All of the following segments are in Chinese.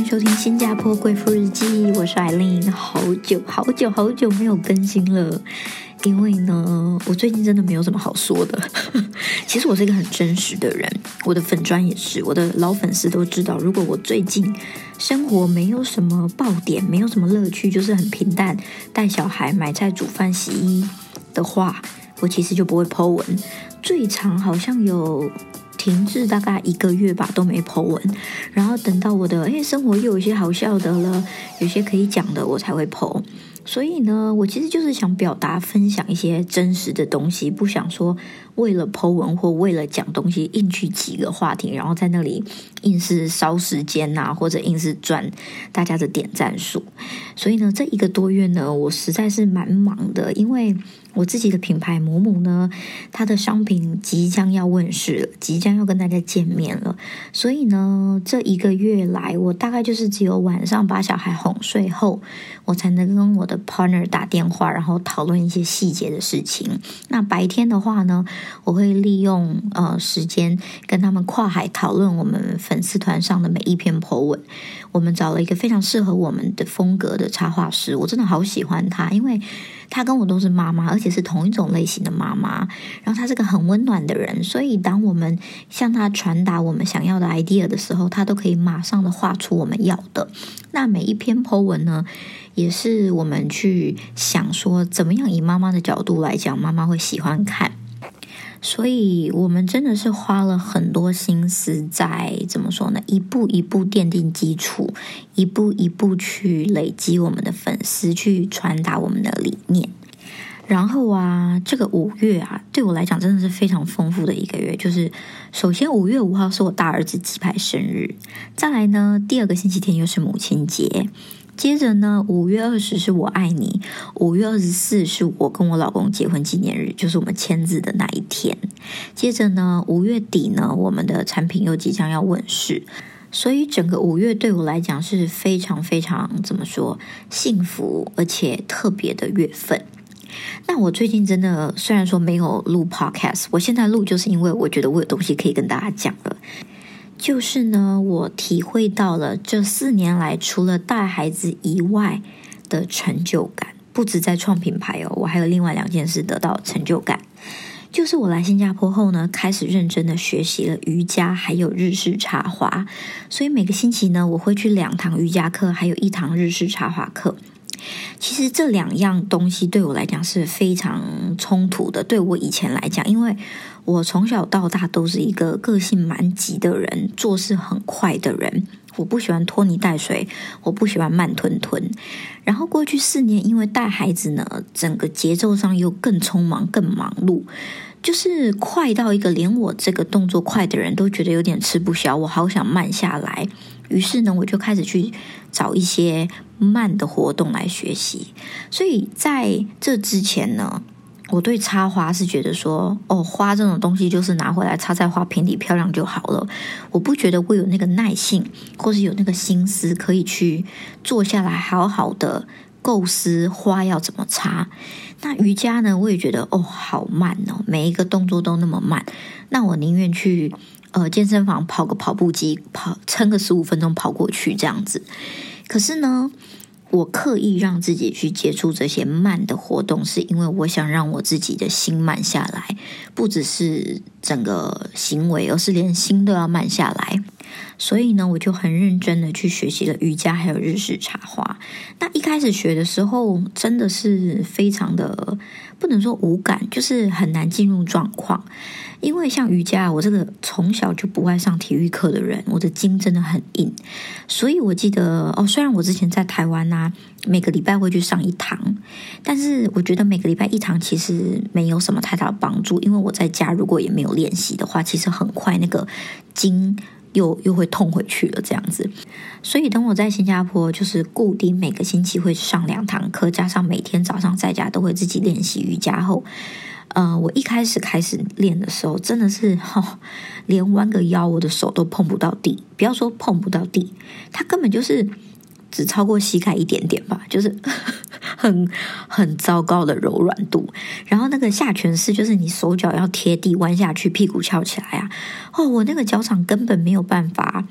收听新加坡贵妇日记，我是艾琳。好久没有更新了，因为呢，我最近真的没有什么好说的。其实我是一个很真实的人，我的粉专也是，我的老粉丝都知道，如果我最近生活没有什么爆点，没有什么乐趣，就是很平淡，带小孩、买菜、煮饭、洗衣的话，我其实就不会 po 文。最长好像有停滞大概1个月吧，都没 po 文，然后等到我的生活又有一些好笑的了，有些可以讲的，我才会 po。所以呢，我其实就是想表达分享一些真实的东西，不想说为了 po 文或为了讲东西硬去几个话题，然后在那里硬是烧时间啊，或者硬是赚大家的点赞数。所以呢，这1个多月呢，我实在是蛮忙的，因为我自己的品牌母母呢，它的商品即将要问世了，即将要跟大家见面了。所以呢，这1个月来，我大概就是只有晚上把小孩哄睡后，我才能跟我的 partner 打电话，然后讨论一些细节的事情。那白天的话呢，我会利用时间跟他们跨海讨论我们粉丝团上的每一篇 po 文。我们找了一个非常适合我们的风格的插画师，我真的好喜欢他，因为他跟我都是妈妈，而且是同一种类型的妈妈，然后他是个很温暖的人，所以当我们向他传达我们想要的 idea 的时候，他都可以马上的画出我们要的。那每一篇 po 文呢，也是我们去想说怎么样以妈妈的角度来讲，妈妈会喜欢看。所以我们真的是花了很多心思在怎么说呢，一步一步奠定基础，一步一步去累积我们的粉丝，去传达我们的理念。然后啊，这个5月啊，对我来讲真的是非常丰富的1个月。就是首先5月5号是我大儿子鸡排生日，再来呢，第2个星期天又是母亲节，接着呢，5月20是我爱你，5月24是我跟我老公结婚纪念日，就是我们签字的那一天。接着呢，5月底呢，我们的产品又即将要问世。所以整个5月对我来讲是非常非常怎么说，幸福而且特别的月份。那我最近真的虽然说没有录 podcast， 我现在录就是因为我觉得我有东西可以跟大家讲了。就是呢，我体会到了这4年来除了带孩子以外的成就感，不止在创品牌哦，我还有另外2件事得到成就感。就是我来新加坡后呢，开始认真的学习了瑜伽还有日式插花，所以每个星期呢，我会去2堂瑜伽课，还有1堂日式插花课。其实这2样东西对我来讲是非常冲突的，对我以前来讲，因为我从小到大都是一个个性蛮急的人，做事很快的人，我不喜欢拖泥带水，我不喜欢慢吞吞。然后过去4年因为带孩子呢，整个节奏上又更匆忙更忙碌，就是快到一个连我这个动作快的人都觉得有点吃不消，我好想慢下来。于是呢，我就开始去找一些慢的活动来学习。所以在这之前呢，我对插花是觉得说，花这种东西就是拿回来插在花瓶里漂亮就好了。我不觉得我有那个耐性，或是有那个心思可以去坐下来好好的构思花要怎么插。那瑜伽呢，我也觉得好慢哦，每一个动作都那么慢。那我宁愿去健身房跑个跑步机，撑个15分钟跑过去这样子。可是呢，我刻意让自己去接触这些慢的活动，是因为我想让我自己的心慢下来，不只是整个行为，而是连心都要慢下来。所以呢，我就很认真的去学习了瑜伽还有日式插花。那一开始学的时候真的是非常的，不能说无感，就是很难进入状况。因为像瑜伽，我这个从小就不爱上体育课的人，我的筋真的很硬。所以我记得虽然我之前在台湾啊，每个礼拜会去上1堂，但是我觉得每个礼拜1堂其实没有什么太大的帮助，因为我在家如果也没有练习的话，其实很快那个筋又会痛回去了这样子。所以等我在新加坡就是固定每个星期会上2堂课，加上每天早上在家都会自己练习瑜伽后，我一开始练的时候真的是连弯个腰我的手都碰不到地，不要说碰不到地，它根本就是只超过膝盖一点点吧，就是很糟糕的柔软度。然后那个下犬式就是你手脚要贴地弯下去，屁股翘起来啊，我那个脚掌根本没有办法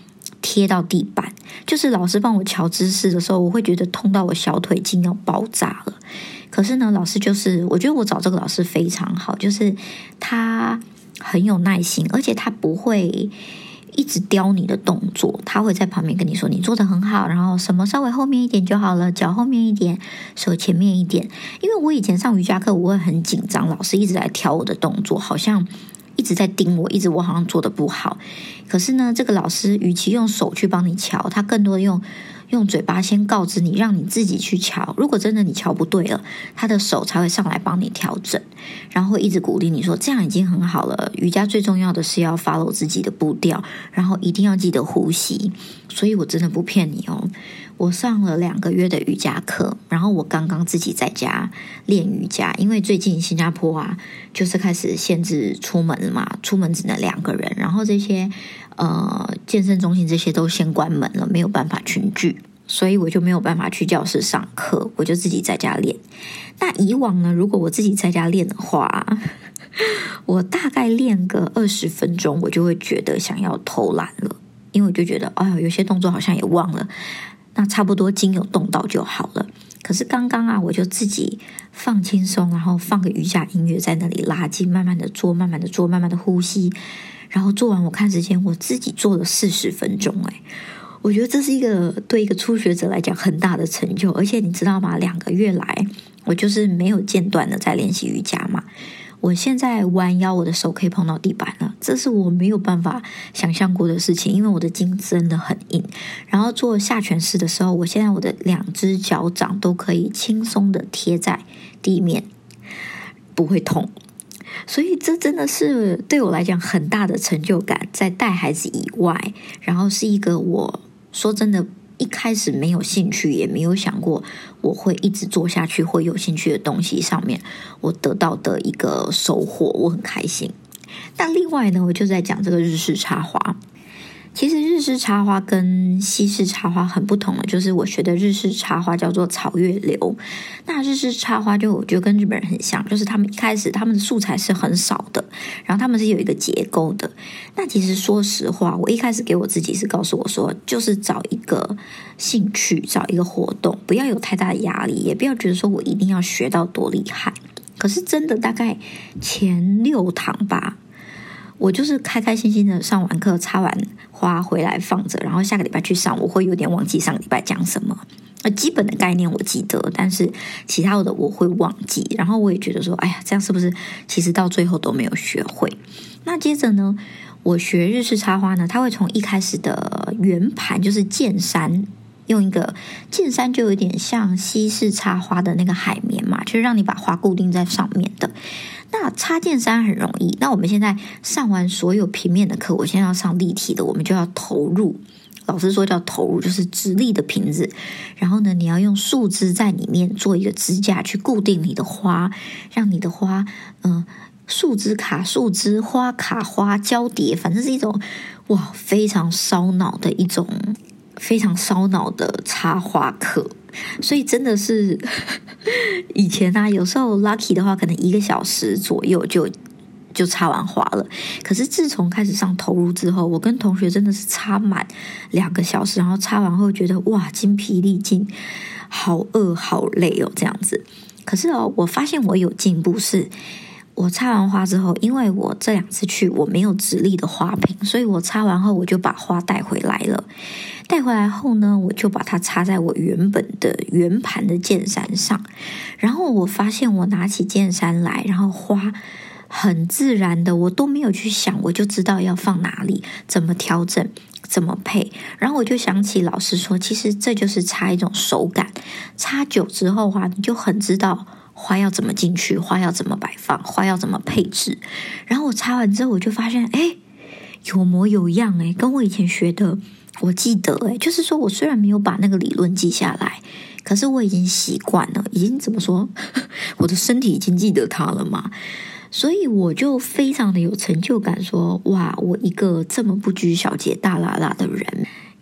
贴到地板，就是老师帮我调姿势的时候，我会觉得痛到我小腿筋要爆炸了。可是呢，老师就是我觉得我找这个老师非常好，就是他很有耐心，而且他不会一直雕你的动作，他会在旁边跟你说你做得很好，然后什么稍微后面一点就好了，脚后面一点，手前面一点。因为我以前上瑜伽课我会很紧张，老师一直在调我的动作，好像一直在盯我，一直我好像做得不好。可是呢，这个老师与其用手去帮你瞧，他更多用嘴巴先告知你，让你自己去瞧。如果真的你瞧不对了，他的手才会上来帮你调整，然后会一直鼓励你说这样已经很好了。瑜伽最重要的是要 follow 自己的步调，然后一定要记得呼吸。所以我真的不骗你哦，我上了2个月的瑜伽课，然后我刚刚自己在家练瑜伽，因为最近新加坡就是开始限制出门了嘛，出门只能2个人，然后这些健身中心这些都先关门了，没有办法群聚，所以我就没有办法去教室上课，我就自己在家练。那以往呢，如果我自己在家练的话，我大概练个20分钟，我就会觉得想要偷懒了，因为我就觉得有些动作好像也忘了，那差不多筋有动到就好了。可是刚刚我就自己放轻松，然后放个瑜伽音乐在那里拉筋，慢慢的做，慢慢的做，慢慢的呼吸，然后做完我看时间，我自己做了40分钟。我觉得这是对一个初学者来讲很大的成就。而且你知道吗，2个月来我就是没有间断的在练习瑜伽嘛，我现在弯腰我的手可以碰到地板了，这是我没有办法想象过的事情，因为我的筋真的很硬。然后做下犬式的时候，我现在我的2只脚掌都可以轻松的贴在地面，不会痛。所以这真的是对我来讲很大的成就感，在带孩子以外，然后是一个我说真的一开始没有兴趣，也没有想过我会一直做下去会有兴趣的东西上面，我得到的一个收获，我很开心。那另外呢，我就在讲这个日式插花。其实日式插花跟西式插花很不同的，就是我学的日式插花叫做草月流。那日式插花我觉得跟日本人很像，就是他们一开始他们的素材是很少的，然后他们是有一个结构的。那其实说实话，我一开始给我自己是告诉我说，就是找一个兴趣，找一个活动，不要有太大的压力，也不要觉得说我一定要学到多厉害。可是真的大概前6堂吧，我就是开开心心的上完课，插完花回来放着，然后下个礼拜去上，我会有点忘记上个礼拜讲什么。基本的概念我记得，但是其他的我会忘记。然后我也觉得说，这样是不是其实到最后都没有学会？那接着呢，我学日式插花呢，它会从一开始的圆盘，就是剑山，用一个剑山就有点像西式插花的那个海绵嘛，就是让你把花固定在上面的。那插剑山很容易，那我们现在上完所有平面的课，我现在要上立体的，我们就要投入。老师说叫投入，就是直立的瓶子，然后呢，你要用树枝在里面做一个支架去固定你的花，让你的花树枝卡树枝，花卡花交叠，反正是一种非常烧脑的插花课。所以真的是以前有时候 lucky 的话，可能1个小时左右就插完花了。可是自从开始上投入之后，我跟同学真的是插满2个小时，然后插完后觉得精疲力尽，好饿好累这样子。可是我发现我有进步，是我插完花之后，因为我这2次去我没有直立的花瓶，所以我插完后我就把花带回来了。带回来后呢，我就把它插在我原本的圆盘的剑山上，然后我发现我拿起剑山来，然后花很自然的，我都没有去想，我就知道要放哪里，怎么调整，怎么配。然后我就想起老师说，其实这就是插一种手感，插久之后你就很知道花要怎么进去，花要怎么摆放，花要怎么配置。然后我插完之后，我就发现有模有样跟我以前学的我记得就是说我虽然没有把那个理论记下来，可是我已经习惯了，已经怎么说我的身体已经记得它了嘛。所以我就非常的有成就感，说我一个这么不拘小节大喇喇的人，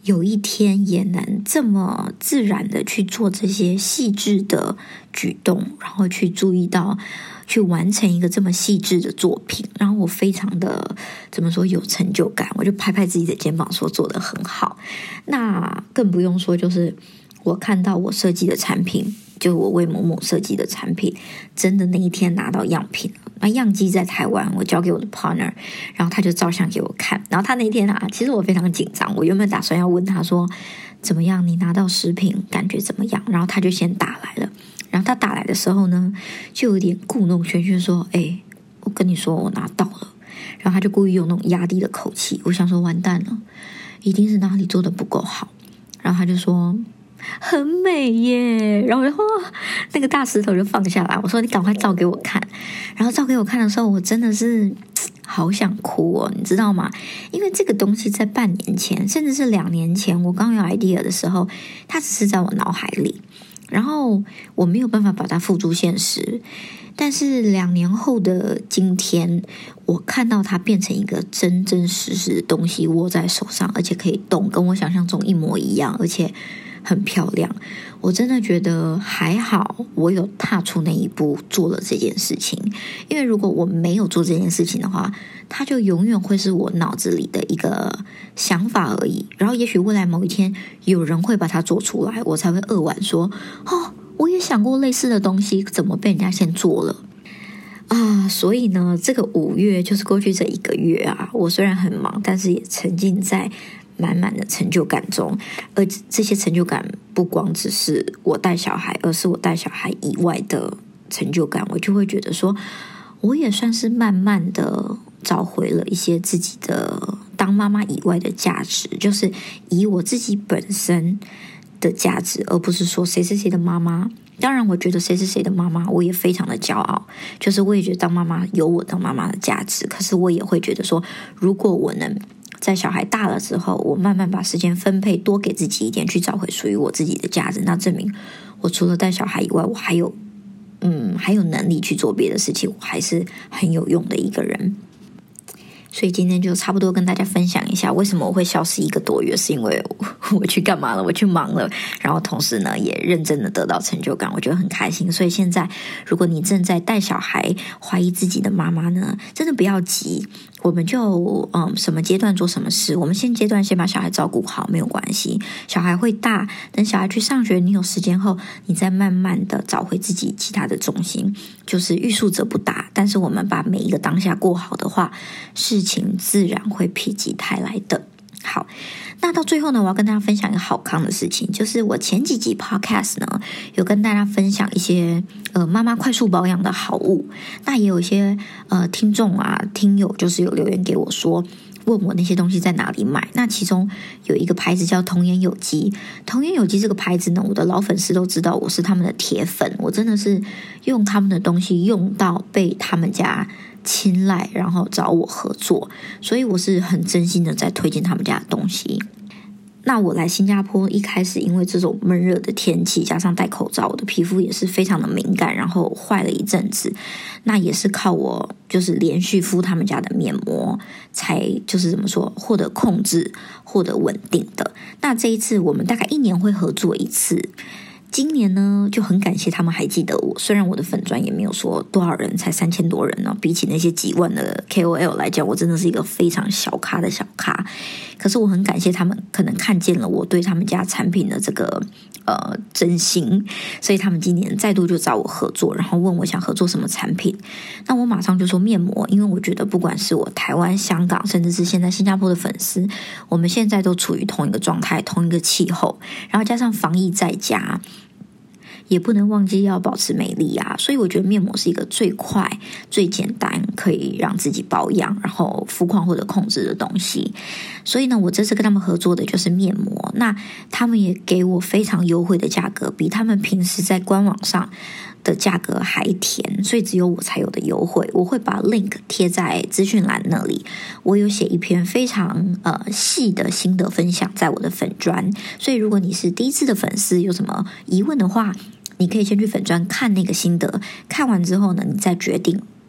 有一天也能这么自然的去做这些细致的举动，然后去注意到去完成一个这么细致的作品，然后我非常的有成就感，我就拍拍自己的肩膀说做得很好。那更不用说就是我看到我设计的产品，就我为某某设计的产品真的那一天拿到样品了，那样机在台湾，我交给我的 partner， 然后他就照相给我看，然后他那天其实我非常紧张，我原本打算要问他说怎么样，你拿到食品感觉怎么样，然后他就先打来了，然后他打来的时候呢就有点故弄玄虚说我跟你说我拿到了，然后他就故意用那种压低的口气，我想说完蛋了，一定是哪里做的不够好，然后他就说很美耶，然后那个大石头就放下来，我说你赶快照给我看，然后照给我看的时候我真的是好想哭哦，你知道吗？因为这个东西在半年前甚至是2年前我刚有 idea 的时候，它只是在我脑海里，然后我没有办法把它付诸现实，但是2年后的今天，我看到它变成一个真真实实的东西握在手上，而且可以动，跟我想象中一模一样，而且很漂亮。我真的觉得还好我有踏出那一步做了这件事情，因为如果我没有做这件事情的话，它就永远会是我脑子里的一个想法而已，然后也许未来某一天有人会把它做出来，我才会扼腕说我也想过类似的东西，怎么被人家先做了所以呢这个5月就是过去这1个月我虽然很忙，但是也沉浸在满满的成就感中，而这些成就感不光只是我带小孩，而是我带小孩以外的成就感，我就会觉得说我也算是慢慢的找回了一些自己的当妈妈以外的价值，就是以我自己本身的价值，而不是说谁是谁的妈妈。当然我觉得谁是谁的妈妈我也非常的骄傲，就是我也觉得当妈妈有我当妈妈的价值，可是我也会觉得说如果我能在小孩大了之后，我慢慢把时间分配多给自己一点，去找回属于我自己的价值，那证明我除了带小孩以外，我还有能力去做别的事情，我还是很有用的一个人。所以今天就差不多跟大家分享一下为什么我会消失1个多月，是因为我去干嘛了，我去忙了，然后同时呢也认真的得到成就感，我觉得很开心。所以现在如果你正在带小孩怀疑自己的妈妈呢，真的不要急，我们就什么阶段做什么事，我们阶段先把小孩照顾好没有关系，小孩会大，等小孩去上学你有时间后，你再慢慢的找回自己其他的重心，就是欲速则不达，但是我们把每一个当下过好的话，事情自然会否极泰来的。好，那到最后呢，我要跟大家分享一个好康的事情，就是我前几集 podcast 呢有跟大家分享一些妈妈快速保养的好物，那也有一些听众听友就是有留言给我说问我那些东西在哪里买，那其中有一个牌子叫童颜有机。童颜有机这个牌子呢，我的老粉丝都知道我是他们的铁粉，我真的是用他们的东西用到被他们家青睐，然后找我合作，所以我是很真心的在推荐他们家的东西。那我来新加坡一开始因为这种闷热的天气加上戴口罩，我的皮肤也是非常的敏感，然后坏了一阵子，那也是靠我就是连续敷他们家的面膜才就是获得控制获得稳定的。那这一次我们大概1年会合作一次，今年呢就很感谢他们还记得我，虽然我的粉专也没有说多少人，才3000多人呢，比起那些几万的 KOL 来讲，我真的是一个非常小咖的小咖，可是我很感谢他们可能看见了我对他们家产品的这个真心，所以他们今年再度就找我合作，然后问我想合作什么产品，那我马上就说面膜，因为我觉得不管是我台湾、香港，甚至是现在新加坡的粉丝，我们现在都处于同一个状态，同一个气候，然后加上防疫在家，也不能忘记要保持美丽所以我觉得面膜是一个最快最简单可以让自己保养然后肤况或者控制的东西。所以呢我这次跟他们合作的就是面膜，那他们也给我非常优惠的价格，比他们平时在官网上的价格还甜，所以只有我才有的优惠。我会把 link 贴在资讯栏那里，我有写一篇非常细的心得分享在我的粉专，所以如果你是第一次的粉丝，有什么疑问的话，你可以先去粉专看那个心得，看完之后呢，你再决定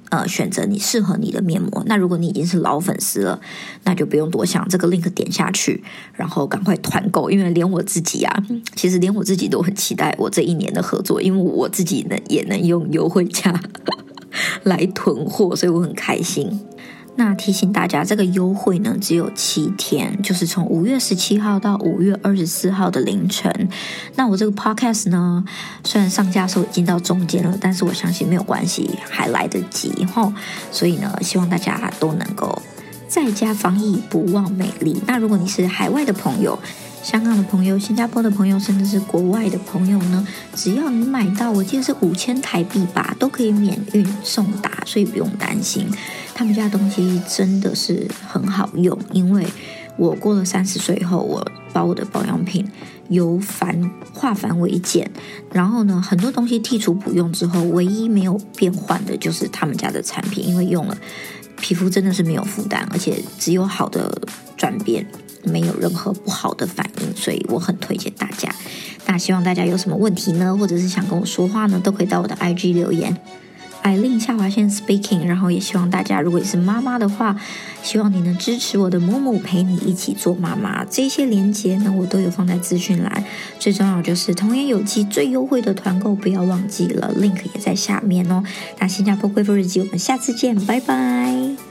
选择你适合你的面膜。那如果你已经是老粉丝了，那就不用多想，这个 link 点下去，然后赶快团购。因为连我自己啊，其实连我自己都很期待我这一年的合作，因为我自己也能用优惠价来囤货，所以我很开心。那提醒大家，这个优惠呢只有7天，就是从5月17号到5月24号的凌晨。那我这个 podcast 呢，虽然上架的时候已经到中间了，但是我相信没有关系，还来得及齁。所以呢，希望大家都能够在家防疫，不忘美丽。那如果你是海外的朋友，香港的朋友、新加坡的朋友，甚至是国外的朋友呢，只要你买到，我记得是5000台币吧，都可以免运送达，所以不用担心。他们家的东西真的是很好用，因为我过了30岁后，我把我的保养品由化繁为简，然后呢，很多东西剔除不用之后，唯一没有变换的就是他们家的产品，因为用了皮肤真的是没有负担，而且只有好的转变，没有任何不好的反应，所以我很推荐大家。那希望大家有什么问题呢，或者是想跟我说话呢，都可以到我的 IG 留言，Aileen_speaking。然后也希望大家，如果你是妈妈的话，希望你能支持我的母母陪你一起做妈妈。这些连结呢，我都有放在资讯栏。最重要就是童颜有机最优惠的团购，不要忘记了 ，link 也在下面哦。那新加坡贵妇日记，我们下次见，拜拜。